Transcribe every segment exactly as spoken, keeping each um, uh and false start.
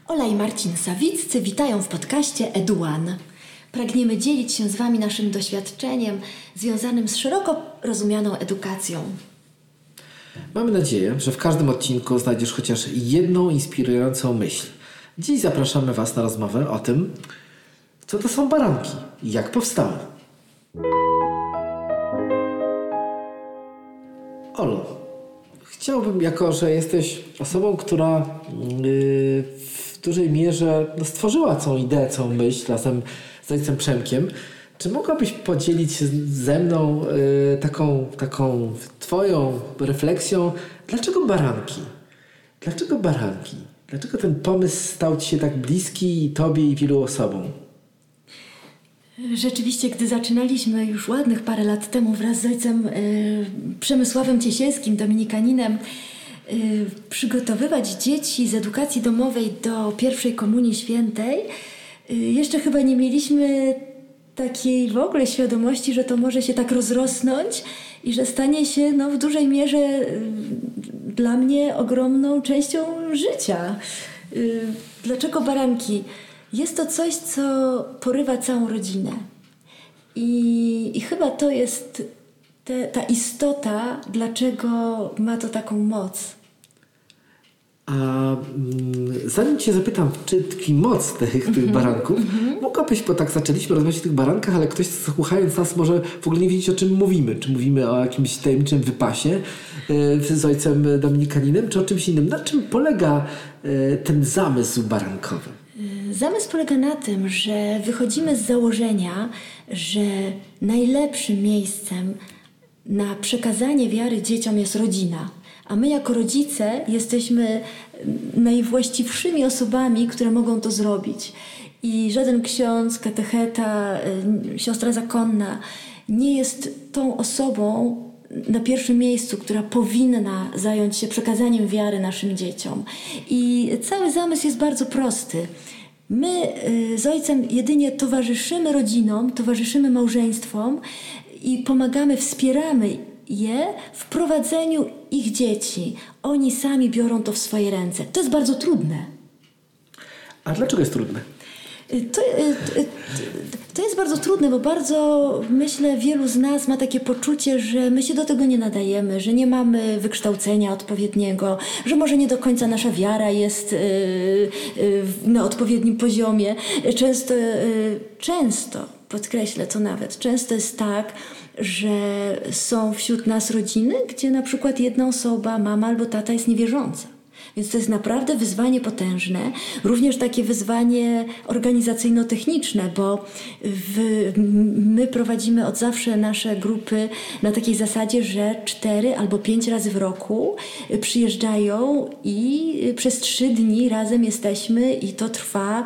Ola i Marcin Sawiccy witają w podcaście EduOne. Pragniemy dzielić się z Wami naszym doświadczeniem związanym z szeroko rozumianą edukacją. Mamy nadzieję, że w każdym odcinku znajdziesz chociaż jedną inspirującą myśl. Dziś zapraszamy Was na rozmowę o tym, co to są baranki i jak powstały. Olu, chciałbym, jako że jesteś osobą, która yy, w dużej mierze no, stworzyła całą ideę, całą myśl razem z ojcem Przemkiem, czy mogłabyś podzielić się ze mną yy, taką, taką Twoją refleksją, dlaczego baranki? Dlaczego baranki? Dlaczego ten pomysł stał Ci się tak bliski i Tobie i wielu osobom? Rzeczywiście, gdy zaczynaliśmy już ładnych parę lat temu wraz z ojcem y, Przemysławem Ciesielskim, dominikaninem, y, przygotowywać dzieci z edukacji domowej do pierwszej komunii świętej, y, jeszcze chyba nie mieliśmy takiej w ogóle świadomości, że to może się tak rozrosnąć i że stanie się no, w dużej mierze y, dla mnie ogromną częścią życia. Y, dlaczego baranki? Jest to coś, co porywa całą rodzinę. I, i chyba to jest te, ta istota, dlaczego ma to taką moc. A mm, zanim Cię zapytam, czy tkwi moc tych, tych mm-hmm. baranków, mm-hmm. mogłabyś, bo tak zaczęliśmy rozmawiać o tych barankach, ale ktoś słuchając nas może w ogóle nie wiedzieć, o czym mówimy. Czy mówimy o jakimś tajemniczym wypasie yy, z ojcem dominikaninem, czy o czymś innym. Na czym polega yy, ten zamysł barankowy? Zamysł polega na tym, że wychodzimy z założenia, że najlepszym miejscem na przekazanie wiary dzieciom jest rodzina. A my jako rodzice jesteśmy najwłaściwszymi osobami, które mogą to zrobić. I żaden ksiądz, katecheta, siostra zakonna nie jest tą osobą na pierwszym miejscu, która powinna zająć się przekazaniem wiary naszym dzieciom. I cały zamysł jest bardzo prosty. My z ojcem jedynie towarzyszymy rodzinom, towarzyszymy małżeństwom i pomagamy, wspieramy je w prowadzeniu ich dzieci. Oni sami biorą to w swoje ręce. To jest bardzo trudne. A dlaczego jest trudne? To, to jest bardzo trudne, bo bardzo, myślę, wielu z nas ma takie poczucie, że my się do tego nie nadajemy, że nie mamy wykształcenia odpowiedniego, że może nie do końca nasza wiara jest na odpowiednim poziomie. Często, często, podkreślę to nawet, często jest tak, że są wśród nas rodziny, gdzie na przykład jedna osoba, mama albo tata jest niewierząca. Więc to jest naprawdę wyzwanie potężne, również takie wyzwanie organizacyjno-techniczne, bo w, my prowadzimy od zawsze nasze grupy na takiej zasadzie, że cztery albo pięć razy w roku przyjeżdżają i przez trzy dni razem jesteśmy i to trwa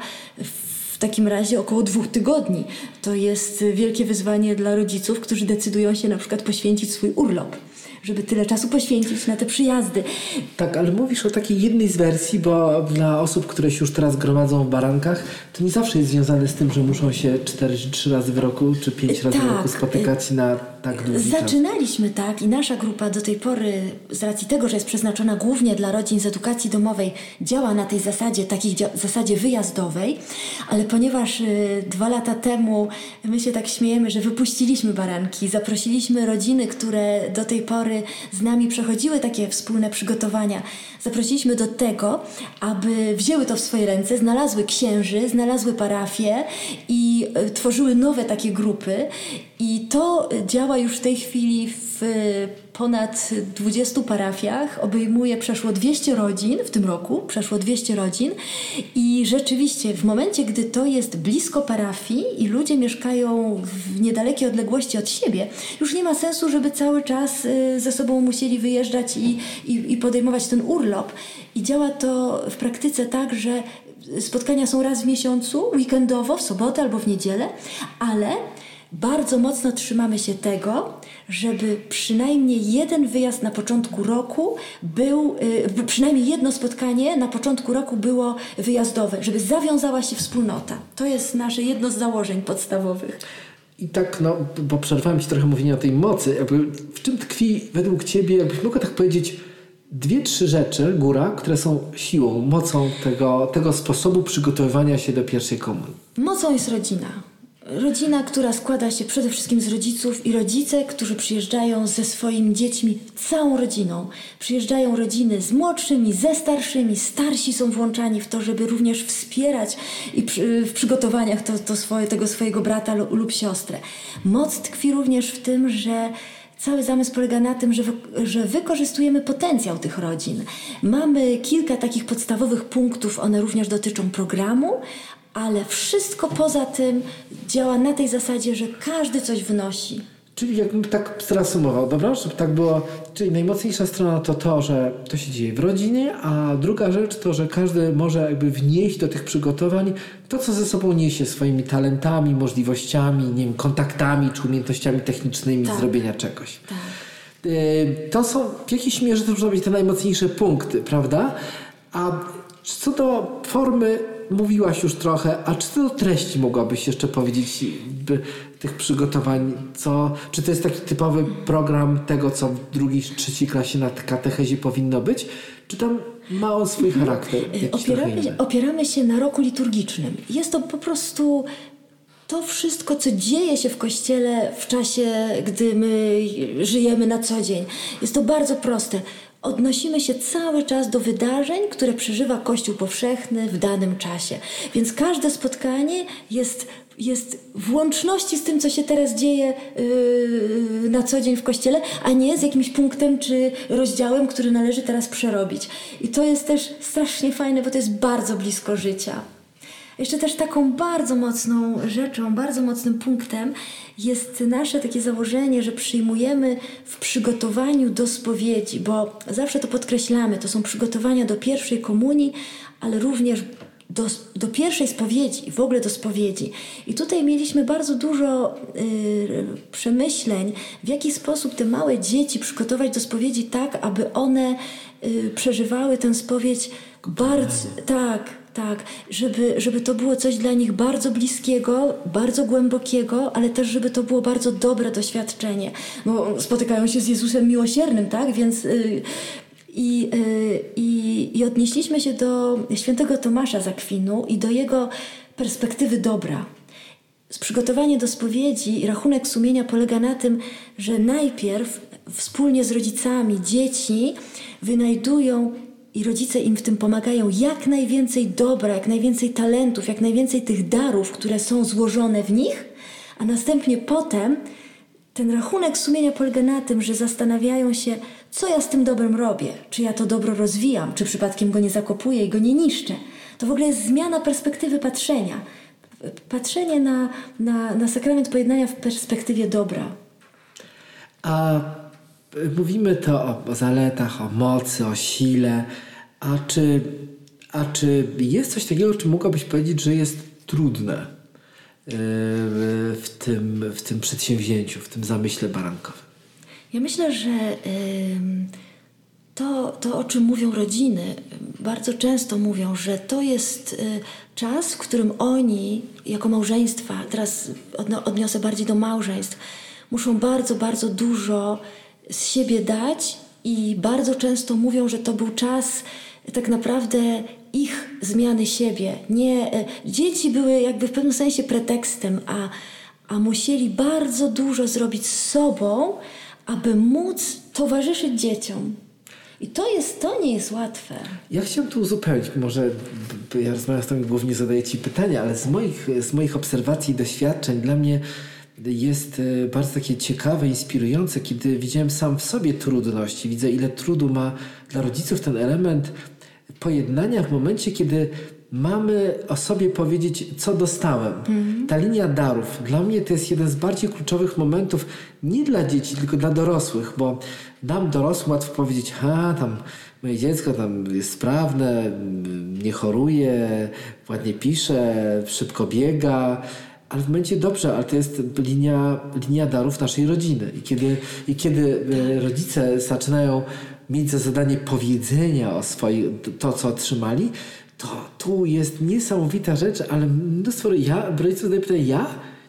w takim razie około dwóch tygodni. To jest wielkie wyzwanie dla rodziców, którzy decydują się na przykład poświęcić swój urlop, żeby tyle czasu poświęcić na te przyjazdy. Tak, ale mówisz o takiej jednej z wersji, bo dla osób, które się już teraz gromadzą w barankach, to nie zawsze jest związane z tym, że muszą się cztery czy trzy razy w roku, czy pięć razy tak, w roku spotykać na tak długi czas. Zaczynaliśmy tak i nasza grupa do tej pory, z racji tego, że jest przeznaczona głównie dla rodzin z edukacji domowej, działa na tej zasadzie, takiej dzia- zasadzie wyjazdowej, ale ponieważ y, dwa lata temu my się tak śmiejemy, że wypuściliśmy baranki, zaprosiliśmy rodziny, które do tej pory z nami przechodziły takie wspólne przygotowania. Zaprosiliśmy do tego, aby wzięły to w swoje ręce, znalazły księży, znalazły parafie i y, tworzyły nowe takie grupy. I to działa już w tej chwili w ponad dwudziestu parafiach, obejmuje przeszło dwieście rodzin w tym roku, przeszło dwieście rodzin i rzeczywiście w momencie, gdy to jest blisko parafii i ludzie mieszkają w niedalekiej odległości od siebie, już nie ma sensu, żeby cały czas ze sobą musieli wyjeżdżać i, i, i podejmować ten urlop. I działa to w praktyce tak, że spotkania są raz w miesiącu, weekendowo, w sobotę albo w niedzielę, ale bardzo mocno trzymamy się tego, żeby przynajmniej jeden wyjazd na początku roku był, yy, przynajmniej jedno spotkanie na początku roku było wyjazdowe, żeby zawiązała się wspólnota. To jest nasze jedno z założeń podstawowych. I tak, no, bo przerwałem Ci trochę mówienie o tej mocy. Jakby w czym tkwi według Ciebie, jakbyś mogła tak powiedzieć, dwie, trzy rzeczy, góra, które są siłą, mocą tego, tego sposobu przygotowywania się do pierwszej komunii. Mocą jest rodzina. Rodzina, która składa się przede wszystkim z rodziców i rodzice, którzy przyjeżdżają ze swoimi dziećmi, całą rodziną. Przyjeżdżają rodziny z młodszymi, ze starszymi, starsi są włączani w to, żeby również wspierać i przy, w przygotowaniach to, to swoje, tego swojego brata lub, lub siostrę. Moc tkwi również w tym, że cały zamysł polega na tym, że, wy, że wykorzystujemy potencjał tych rodzin. Mamy kilka takich podstawowych punktów, one również dotyczą programu, ale wszystko poza tym działa na tej zasadzie, że każdy coś wnosi. Czyli jakbym tak zresumował, dobra? Żeby tak było. Czyli najmocniejsza strona to to, że to się dzieje w rodzinie, a druga rzecz to, że każdy może jakby wnieść do tych przygotowań to, co ze sobą niesie swoimi talentami, możliwościami, nie wiem, kontaktami czy umiejętnościami technicznymi tak. zrobienia czegoś. Tak. To są w jakiejś mierze to można być te najmocniejsze punkty, prawda? A co do formy mówiłaś już trochę, a czy co do treści mogłabyś jeszcze powiedzieć by, tych przygotowań? Co, czy to jest taki typowy program tego, co w drugiej, trzeciej klasie na katechezie powinno być? Czy tam ma on swój charakter? Opieramy, opieramy się na roku liturgicznym. Jest to po prostu to wszystko, co dzieje się w Kościele w czasie, gdy my żyjemy na co dzień. Jest to bardzo proste. Odnosimy się cały czas do wydarzeń, które przeżywa Kościół powszechny w danym czasie. Więc każde spotkanie jest, jest w łączności z tym, co się teraz dzieje yy, na co dzień w Kościele, a nie z jakimś punktem czy rozdziałem, który należy teraz przerobić. I to jest też strasznie fajne, bo to jest bardzo blisko życia. Jeszcze też taką bardzo mocną rzeczą, bardzo mocnym punktem jest nasze takie założenie, że przyjmujemy w przygotowaniu do spowiedzi, bo zawsze to podkreślamy, to są przygotowania do pierwszej komunii, ale również do, do pierwszej spowiedzi, w ogóle do spowiedzi. I tutaj mieliśmy bardzo dużo yy, przemyśleń, w jaki sposób te małe dzieci przygotować do spowiedzi tak, aby one yy, przeżywały tę spowiedź bardzo, tak, tak, żeby, żeby to było coś dla nich bardzo bliskiego, bardzo głębokiego, ale też żeby to było bardzo dobre doświadczenie. Bo spotykają się z Jezusem miłosiernym, tak? Więc yy, i, yy, i, i odnieśliśmy się do świętego Tomasza z Akwinu i do jego perspektywy dobra. Przygotowanie do spowiedzi i rachunek sumienia polega na tym, że najpierw wspólnie z rodzicami dzieci wynajdują i rodzice im w tym pomagają jak najwięcej dobra, jak najwięcej talentów, jak najwięcej tych darów, które są złożone w nich, a następnie potem ten rachunek sumienia polega na tym, że zastanawiają się, co ja z tym dobrem robię, czy ja to dobro rozwijam, czy przypadkiem go nie zakopuję i go nie niszczę. To w ogóle jest zmiana perspektywy patrzenia. Patrzenie na, na, na sakrament pojednania w perspektywie dobra. A mówimy to o, o zaletach, o mocy, o sile, a czy, a czy jest coś takiego, czy mogłabyś powiedzieć, że jest trudne w tym, w tym przedsięwzięciu, w tym zamyśle barankowym? Ja myślę, że to, to, o czym mówią rodziny, bardzo często mówią, że to jest czas, w którym oni, jako małżeństwa, teraz odniosę bardziej do małżeństw, muszą bardzo, bardzo dużo z siebie dać i bardzo często mówią, że to był czas tak naprawdę ich zmiany siebie. Nie, dzieci były jakby w pewnym sensie pretekstem, a, a musieli bardzo dużo zrobić z sobą, aby móc towarzyszyć dzieciom. I to jest, to nie jest łatwe. Ja chciałem tu uzupełnić, może ja rozmawiam z tobą, głównie zadaję ci pytania, ale z moich, z moich obserwacji i doświadczeń dla mnie jest bardzo takie ciekawe, inspirujące, kiedy widziałem sam w sobie trudności. Widzę, ile trudu ma dla rodziców ten element pojednania w momencie, kiedy mamy o sobie powiedzieć, co dostałem. Mm. Ta linia darów dla mnie to jest jeden z bardziej kluczowych momentów nie dla dzieci, tylko dla dorosłych, bo nam dorosłym łatwo powiedzieć, ha, tam moje dziecko tam jest sprawne, nie choruje, ładnie pisze, szybko biega, ale w momencie dobrze, ale to jest linia, linia darów naszej rodziny. I kiedy, i kiedy rodzice zaczynają mieć za zadanie powiedzenia o swoim, to co otrzymali, to tu jest niesamowita rzecz, ale mnóstwo ja, rodziców zadaje pytanie, ja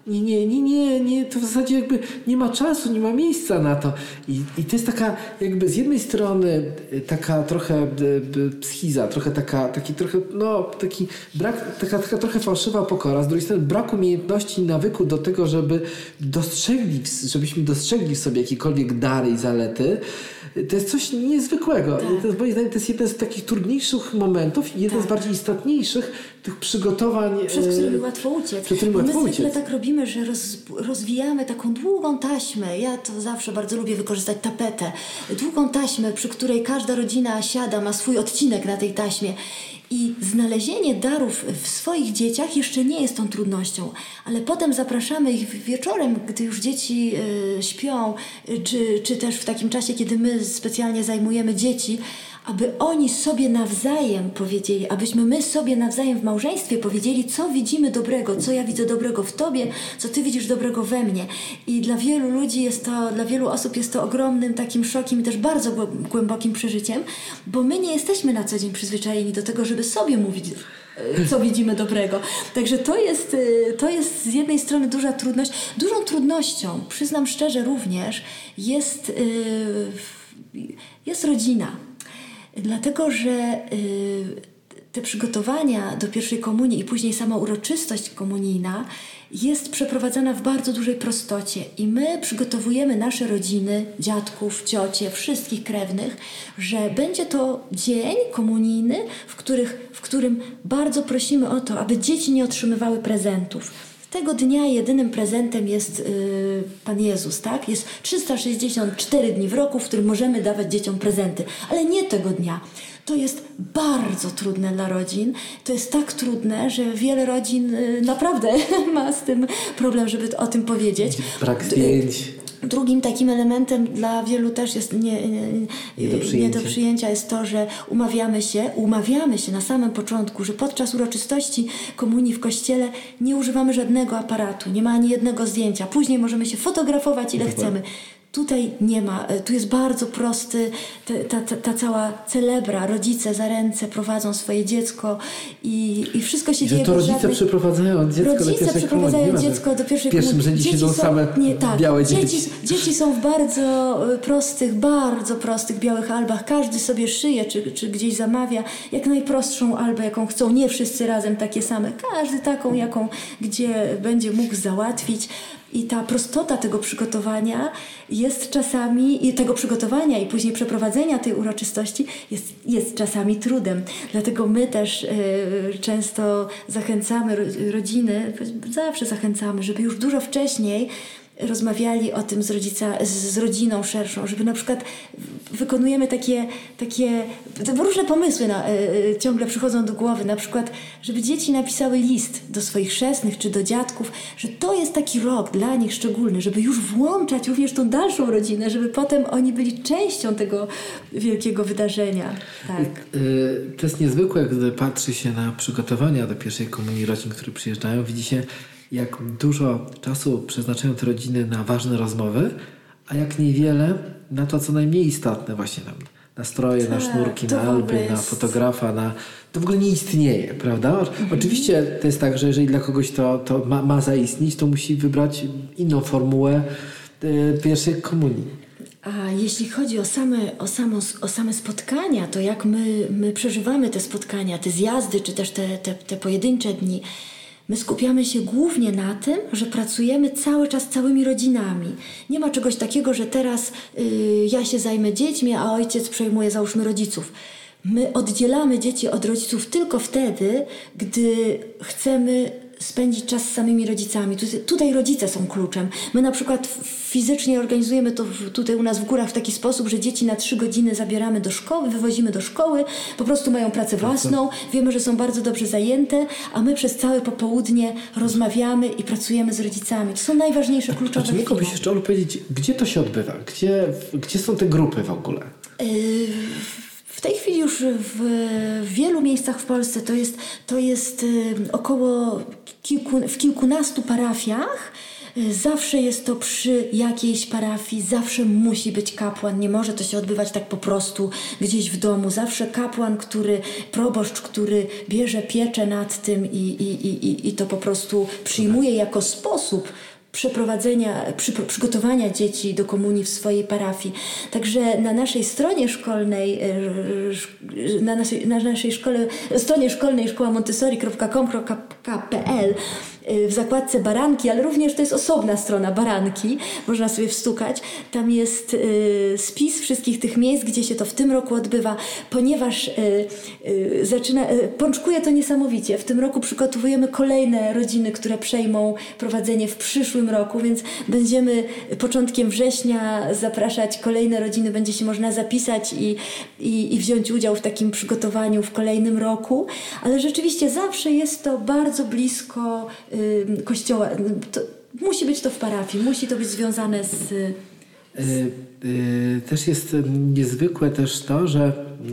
nie, nie, nie, nie, nie, to w zasadzie jakby nie ma czasu, nie ma miejsca na to. I, i to jest taka jakby z jednej strony taka trochę schiza, trochę taka, taki trochę, no taki brak, taka, taka trochę fałszywa pokora, z drugiej strony brak umiejętności i nawyku do tego, żeby dostrzegli, żebyśmy dostrzegli w sobie jakiekolwiek dary i zalety. To jest coś niezwykłego. Tak. To jest, moim zdaniem, to jest jeden z takich trudniejszych momentów i jeden tak. z bardziej istotniejszych tych przygotowań. Przez którymi łatwo uciec. Przed którymi łatwo My uciec. zwykle tak robimy, że roz, rozwijamy taką długą taśmę. Ja to zawsze bardzo lubię wykorzystać tapetę. Długą taśmę, przy której każda rodzina siada, ma swój odcinek na tej taśmie. I znalezienie darów w swoich dzieciach jeszcze nie jest tą trudnością, ale potem zapraszamy ich wieczorem, gdy już dzieci y, śpią, y, czy, czy też w takim czasie, kiedy my specjalnie zajmujemy dzieci, aby oni sobie nawzajem powiedzieli, abyśmy my sobie nawzajem w małżeństwie powiedzieli, co widzimy dobrego, co ja widzę dobrego w tobie, co ty widzisz dobrego we mnie. I dla wielu ludzi jest to, dla wielu osób jest to ogromnym takim szokiem i też bardzo głębokim przeżyciem, bo my nie jesteśmy na co dzień przyzwyczajeni do tego, żeby sobie mówić, co widzimy dobrego. Także to jest, to jest z jednej strony duża trudność. Dużą trudnością, przyznam szczerze również, jest, jest rodzina. Dlatego, że y, te przygotowania do pierwszej komunii i później sama uroczystość komunijna jest przeprowadzana w bardzo dużej prostocie i my przygotowujemy nasze rodziny, dziadków, ciocie, wszystkich krewnych, że będzie to dzień komunijny, w, których, w którym bardzo prosimy o to, aby dzieci nie otrzymywały prezentów. Tego dnia jedynym prezentem jest yy, Pan Jezus, tak? Jest trzysta sześćdziesiąt cztery dni w roku, w którym możemy dawać dzieciom prezenty, ale nie tego dnia. To jest bardzo trudne dla rodzin. To jest tak trudne, że wiele rodzin yy, naprawdę ma z tym problem, żeby o tym powiedzieć. Brak zdjęć. Drugim takim elementem dla wielu też jest nie, nie, nie, do nie do przyjęcia jest to, że umawiamy się, umawiamy się na samym początku, że podczas uroczystości komunii w kościele nie używamy żadnego aparatu, nie ma ani jednego zdjęcia. Później możemy się fotografować ile chcemy. Tutaj nie ma, tu jest bardzo prosty, ta, ta, ta cała celebra, rodzice za ręce prowadzą swoje dziecko i, i wszystko się że dzieje. To rodzice żadnej... przeprowadzają dziecko rodzice do pierwszej przeprowadzają komunii. dziecko do pierwszej komunii. W pierwszym rzędzie siedzą są, same nie, tak, białe dzieci. dzieci. Dzieci są w bardzo prostych, bardzo prostych białych albach. Każdy sobie szyje, czy, czy gdzieś zamawia jak najprostszą albę, jaką chcą. Nie wszyscy razem takie same. Każdy taką, jaką gdzie będzie mógł załatwić. I ta prostota tego przygotowania jest czasami, i tego przygotowania i później przeprowadzenia tej uroczystości jest, jest czasami trudem. Dlatego my też y, często zachęcamy rodziny, zawsze zachęcamy, żeby już dużo wcześniej rozmawiali o tym z, rodzica, z rodziną szerszą, żeby na przykład wykonujemy takie, takie różne pomysły na, y, ciągle przychodzą do głowy, na przykład, żeby dzieci napisały list do swoich chrzestnych czy do dziadków, że to jest taki rok dla nich szczególny, żeby już włączać również tą dalszą rodzinę, żeby potem oni byli częścią tego wielkiego wydarzenia. Tak. To jest niezwykłe, gdy patrzy się na przygotowania do pierwszej komunii rodzin, które przyjeżdżają, widzi się, jak dużo czasu przeznaczają te rodziny na ważne rozmowy, a jak niewiele na to, co najmniej istotne, właśnie tam na stroje, tak, na sznurki, na alby, jest... na fotografa, na... to w ogóle nie istnieje, prawda? Mhm. Oczywiście to jest tak, że jeżeli dla kogoś to, to ma, ma zaistnieć, to musi wybrać inną formułę y, pierwszej komunii. A jeśli chodzi o same, o, samo, o same spotkania, to jak my, my przeżywamy te spotkania, te zjazdy, czy też te, te, te pojedyncze dni, my skupiamy się głównie na tym, że pracujemy cały czas całymi rodzinami. Nie ma czegoś takiego, że teraz y, ja się zajmę dziećmi, a ojciec przejmuje, załóżmy, rodziców. My oddzielamy dzieci od rodziców tylko wtedy, gdy chcemy spędzić czas z samymi rodzicami. Tutaj, tutaj rodzice są kluczem. My na przykład fizycznie organizujemy to w, tutaj u nas w górach w taki sposób, że dzieci na trzy godziny zabieramy do szkoły, wywozimy do szkoły, po prostu mają pracę własną, wiemy, że są bardzo dobrze zajęte, a my przez całe popołudnie rozmawiamy i pracujemy z rodzicami. To są najważniejsze, kluczowe chwile. A czy mógłbyś jeszcze, Olu, powiedzieć, gdzie to się odbywa? Gdzie, gdzie są te grupy w ogóle? Yy... W tej chwili już w, w wielu miejscach w Polsce to jest, to jest y, około kilku, w kilkunastu parafiach Zawsze jest to przy jakiejś parafii, zawsze musi być kapłan, nie może to się odbywać tak po prostu gdzieś w domu. Zawsze kapłan, który, proboszcz, który bierze pieczę nad tym i, i, i, i to po prostu przyjmuje jako sposób przeprowadzenia, przy, przygotowania dzieci do komunii w swojej parafii. Także na naszej stronie szkolnej, na naszej, na naszej szkole, stronie szkolnej szkoła montessori kropka com kropka p l w zakładce Baranki, ale również to jest osobna strona Baranki, można sobie wstukać. Tam jest y, spis wszystkich tych miejsc, gdzie się to w tym roku odbywa, ponieważ y, y, zaczyna, y, pączkuje to niesamowicie. W tym roku przygotowujemy kolejne rodziny, które przejmą prowadzenie w przyszłym roku, więc będziemy początkiem września zapraszać kolejne rodziny, będzie się można zapisać i, i, i wziąć udział w takim przygotowaniu w kolejnym roku, ale rzeczywiście zawsze jest to bardzo blisko Kościoła. To, musi być to w parafii, musi to być związane z... z... Yy, yy, też jest niezwykłe też to, że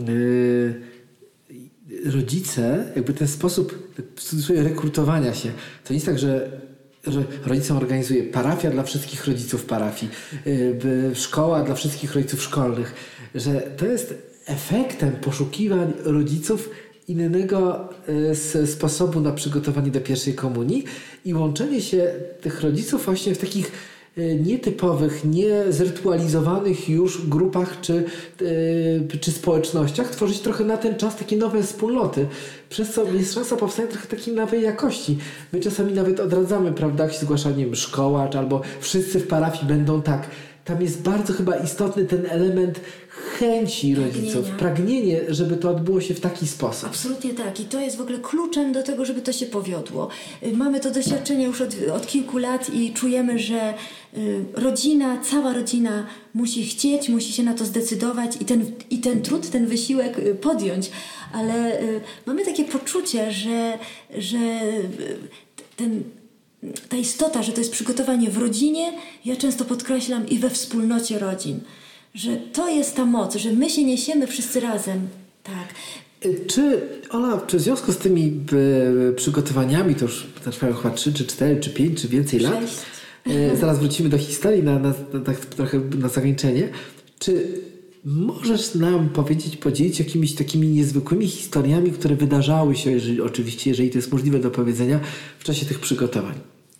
yy, rodzice, jakby ten sposób rekrutowania się, to nie jest tak, że, że rodzicom organizuje parafia dla wszystkich rodziców parafii, yy, szkoła dla wszystkich rodziców szkolnych, że to jest efektem poszukiwań rodziców innego y, sposobu na przygotowanie do pierwszej komunii i łączenie się tych rodziców właśnie w takich y, nietypowych, niezrytualizowanych już grupach czy, y, czy społecznościach, tworzyć trochę na ten czas takie nowe wspólnoty, przez co jest szansa powstania trochę takiej nowej jakości. My czasami nawet odradzamy, prawda, jak się zgłasza, nie wiem, szkoła, czy albo wszyscy w parafii będą tak. Tam jest bardzo chyba istotny ten element chęci rodziców, pragnienia. pragnienie, żeby to odbyło się w taki sposób. Absolutnie tak. I to jest w ogóle kluczem do tego, żeby to się powiodło. Mamy to doświadczenie już od, od kilku lat i czujemy, że y, rodzina, cała rodzina musi chcieć, musi się na to zdecydować i ten, i ten trud, ten wysiłek y, podjąć. Ale y, mamy takie poczucie, że, że y, ten ta istota, że to jest przygotowanie w rodzinie, ja często podkreślam i we wspólnocie rodzin, że to jest ta moc, że my się niesiemy wszyscy razem. Tak. Czy, Ola, czy w związku z tymi y, przygotowaniami, to już trwają chyba trzy, czy cztery, czy pięć, czy więcej lat, y, zaraz wrócimy do historii na, na, na, tak trochę na zakończenie, czy możesz nam powiedzieć, podzielić jakimiś takimi niezwykłymi historiami, które wydarzały się, jeżeli, oczywiście, jeżeli to jest możliwe do powiedzenia, w czasie tych przygotowań?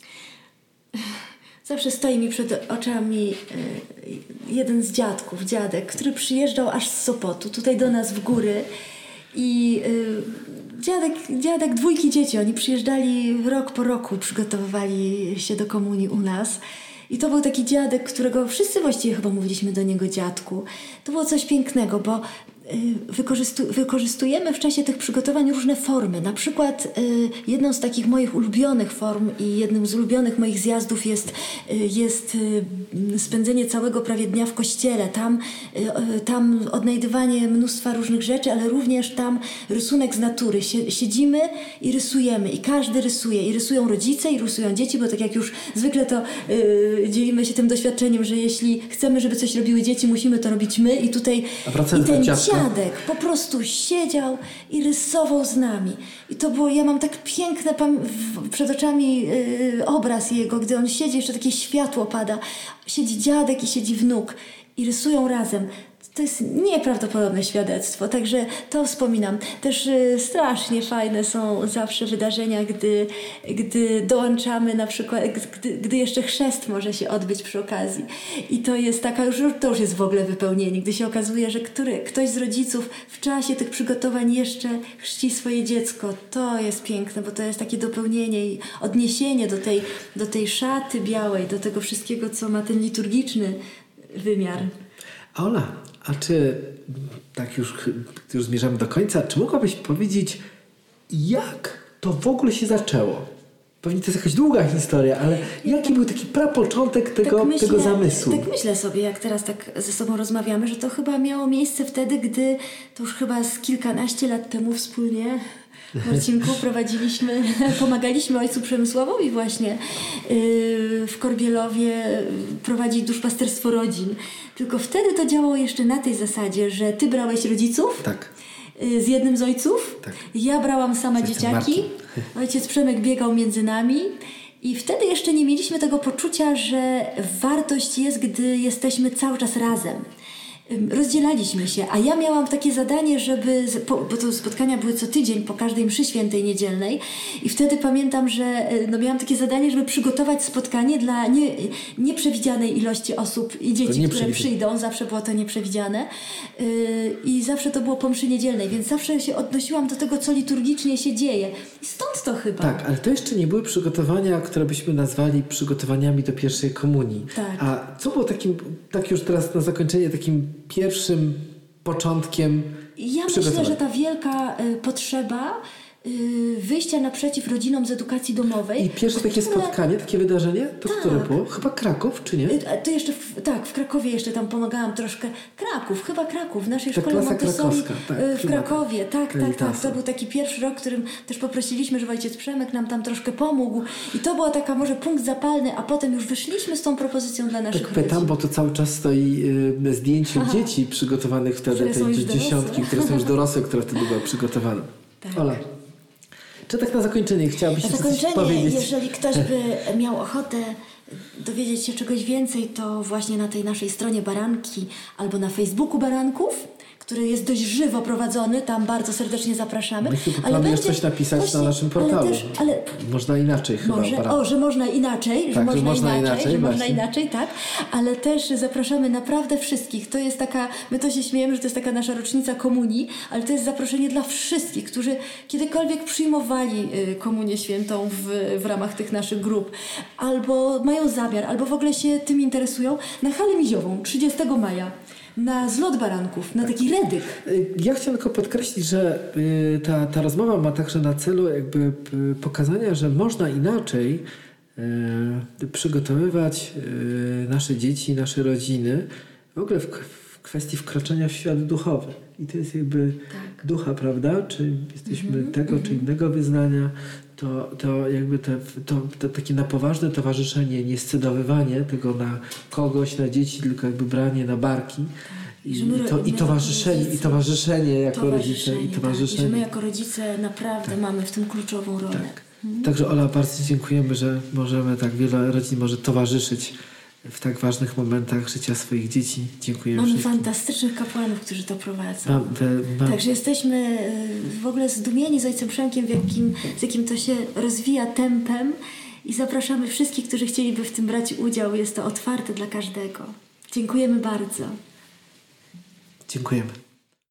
Zawsze stoi mi przed oczami jeden z dziadków, dziadek, który przyjeżdżał aż z Sopotu, tutaj do nas w góry i dziadek, dziadek dwójki dzieci, oni przyjeżdżali rok po roku, przygotowywali się do komunii u nas. I to był taki dziadek, którego wszyscy właściwie chyba mówiliśmy do niego dziadku. To było coś pięknego, bo Wykorzystu- wykorzystujemy w czasie tych przygotowań różne formy. Na przykład y, jedną z takich moich ulubionych form i jednym z ulubionych moich zjazdów jest, y, jest y, spędzenie całego prawie dnia w kościele. Tam, y, tam odnajdywanie mnóstwa różnych rzeczy, ale również tam rysunek z natury. Sie- siedzimy i rysujemy i każdy rysuje. I rysują rodzice i rysują dzieci, bo tak jak już zwykle to y, dzielimy się tym doświadczeniem, że jeśli chcemy, żeby coś robiły dzieci, musimy to robić my i tutaj i ten dziadek po prostu siedział i rysował z nami. I to było, ja mam tak piękny pam- przed oczami yy, obraz jego, gdy on siedzi, jeszcze takie światło pada. Siedzi dziadek i siedzi wnuk i rysują razem. To jest nieprawdopodobne świadectwo, także to wspominam. Też y, strasznie fajne są zawsze wydarzenia, gdy, gdy dołączamy na przykład, gdy, gdy jeszcze chrzest może się odbyć przy okazji. I to jest taka, już, to już jest w ogóle wypełnienie, gdy się okazuje, że który, ktoś z rodziców w czasie tych przygotowań jeszcze chrzci swoje dziecko. To jest piękne, bo to jest takie dopełnienie i odniesienie do tej, do tej szaty białej, do tego wszystkiego, co ma ten liturgiczny wymiar. Ola, a czy, tak już, już zmierzamy do końca, czy mogłabyś powiedzieć, jak to w ogóle się zaczęło? Pewnie to jest jakaś długa historia, ale jaki był taki prapoczątek tego, tak myślę, tego zamysłu? Tak myślę sobie, jak teraz tak ze sobą rozmawiamy, że to chyba miało miejsce wtedy, gdy to już chyba z kilkanaście lat temu wspólnie, Marcinku, prowadziliśmy, pomagaliśmy ojcu Przemysławowi właśnie yy, w Korbielowie prowadzić duszpasterstwo rodzin. Tylko wtedy to działało jeszcze na tej zasadzie, że ty brałeś rodziców tak. yy, z jednym z ojców, tak. ja brałam sama dzieciaki, ojciec Przemek biegał między nami I wtedy jeszcze nie mieliśmy tego poczucia, że wartość jest, gdy jesteśmy cały czas razem. Rozdzielaliśmy się, a ja miałam takie zadanie, żeby, bo to spotkania były co tydzień po każdej mszy świętej niedzielnej i wtedy pamiętam, że no miałam takie zadanie, żeby przygotować spotkanie dla nie, nieprzewidzianej ilości osób i dzieci, które przyjdą, zawsze było to nieprzewidziane yy, i zawsze to było po mszy niedzielnej, więc zawsze się odnosiłam do tego, co liturgicznie się dzieje i stąd to chyba. Tak, ale to jeszcze nie były przygotowania, które byśmy nazwali przygotowaniami do pierwszej komunii. Tak. A co było takim, tak już teraz na zakończenie, takim pierwszym początkiem Ja myślę, że ta wielka y, potrzeba y, wyjścia naprzeciw rodzinom z edukacji domowej. I pierwsze takie które... spotkanie, takie wydarzenie, to tak. które było? Chyba Kraków, czy nie? Y, to jeszcze, w, tak, w Krakowie jeszcze tam pomagałam troszkę. Kraków, chyba Kraków, w naszej ta szkole Montessori tak, y, w Krakowie. Tak, tak, tak. To był był taki pierwszy rok, którym też poprosiliśmy, żeby ojciec Przemek nam tam troszkę pomógł. I to była taka może punkt zapalny, a potem już wyszliśmy z tą propozycją dla naszych tak pytam, rodzin. bo to cały czas stoi y, zdjęcie Aha. dzieci przygotowanych wtedy, tej dziesiątki, które są już dorosłe, które wtedy były przygotowane. Tak. Ola, czy tak na zakończenie chciałabyś na coś zakończenie, powiedzieć? Jeżeli ktoś by miał ochotę dowiedzieć się czegoś więcej, to właśnie na tej naszej stronie Baranki albo na Facebooku Baranków, który jest dość żywo prowadzony, tam bardzo serdecznie zapraszamy. My chyba planujesz coś napisać właśnie, na naszym portalu. Ale też, ale można inaczej chyba. Może, o, że można inaczej, tak, że, można, że można inaczej, inaczej, że można inaczej, tak. Ale też zapraszamy naprawdę wszystkich. To jest taka, my to się śmiejemy, że to jest taka nasza rocznica komunii, ale to jest zaproszenie dla wszystkich, którzy kiedykolwiek przyjmowali komunię świętą w, w ramach tych naszych grup. Albo mają zamiar, albo w ogóle się tym interesują. Na halę miziową, trzydziestego maja. Na zlot baranków, na taki redyk. Ja chciałem tylko podkreślić, że y, ta, ta rozmowa ma także na celu jakby y, pokazania, że można inaczej y, przygotowywać y, nasze dzieci, nasze rodziny w ogóle w, w kwestii wkroczenia w świat duchowy. I to jest jakby tak. ducha, prawda? Czy jesteśmy mm-hmm, tego mm-hmm. czy innego wyznania, to, to jakby te, to, to takie na poważne towarzyszenie, nie scedowywanie tego na kogoś, na dzieci, tylko jakby branie na barki. I, I, to, i, towarzyszenie, I towarzyszenie jako towarzyszenie, rodzice. I, towarzyszenie. Tak. I że my jako rodzice naprawdę tak. mamy w tym kluczową rolę. Tak. Mhm. Także Ola, bardzo dziękujemy, że możemy tak wiele rodzin może towarzyszyć w tak ważnych momentach życia swoich dzieci. Dziękuję Mamy wszystkim. fantastycznych kapłanów, którzy to prowadzą. Mam, mam. Także jesteśmy w ogóle zdumieni z ojcem Przemkiem, w jakim, z jakim to się rozwija tempem i zapraszamy wszystkich, którzy chcieliby w tym brać udział. Jest to otwarte dla każdego. Dziękujemy bardzo. Dziękujemy.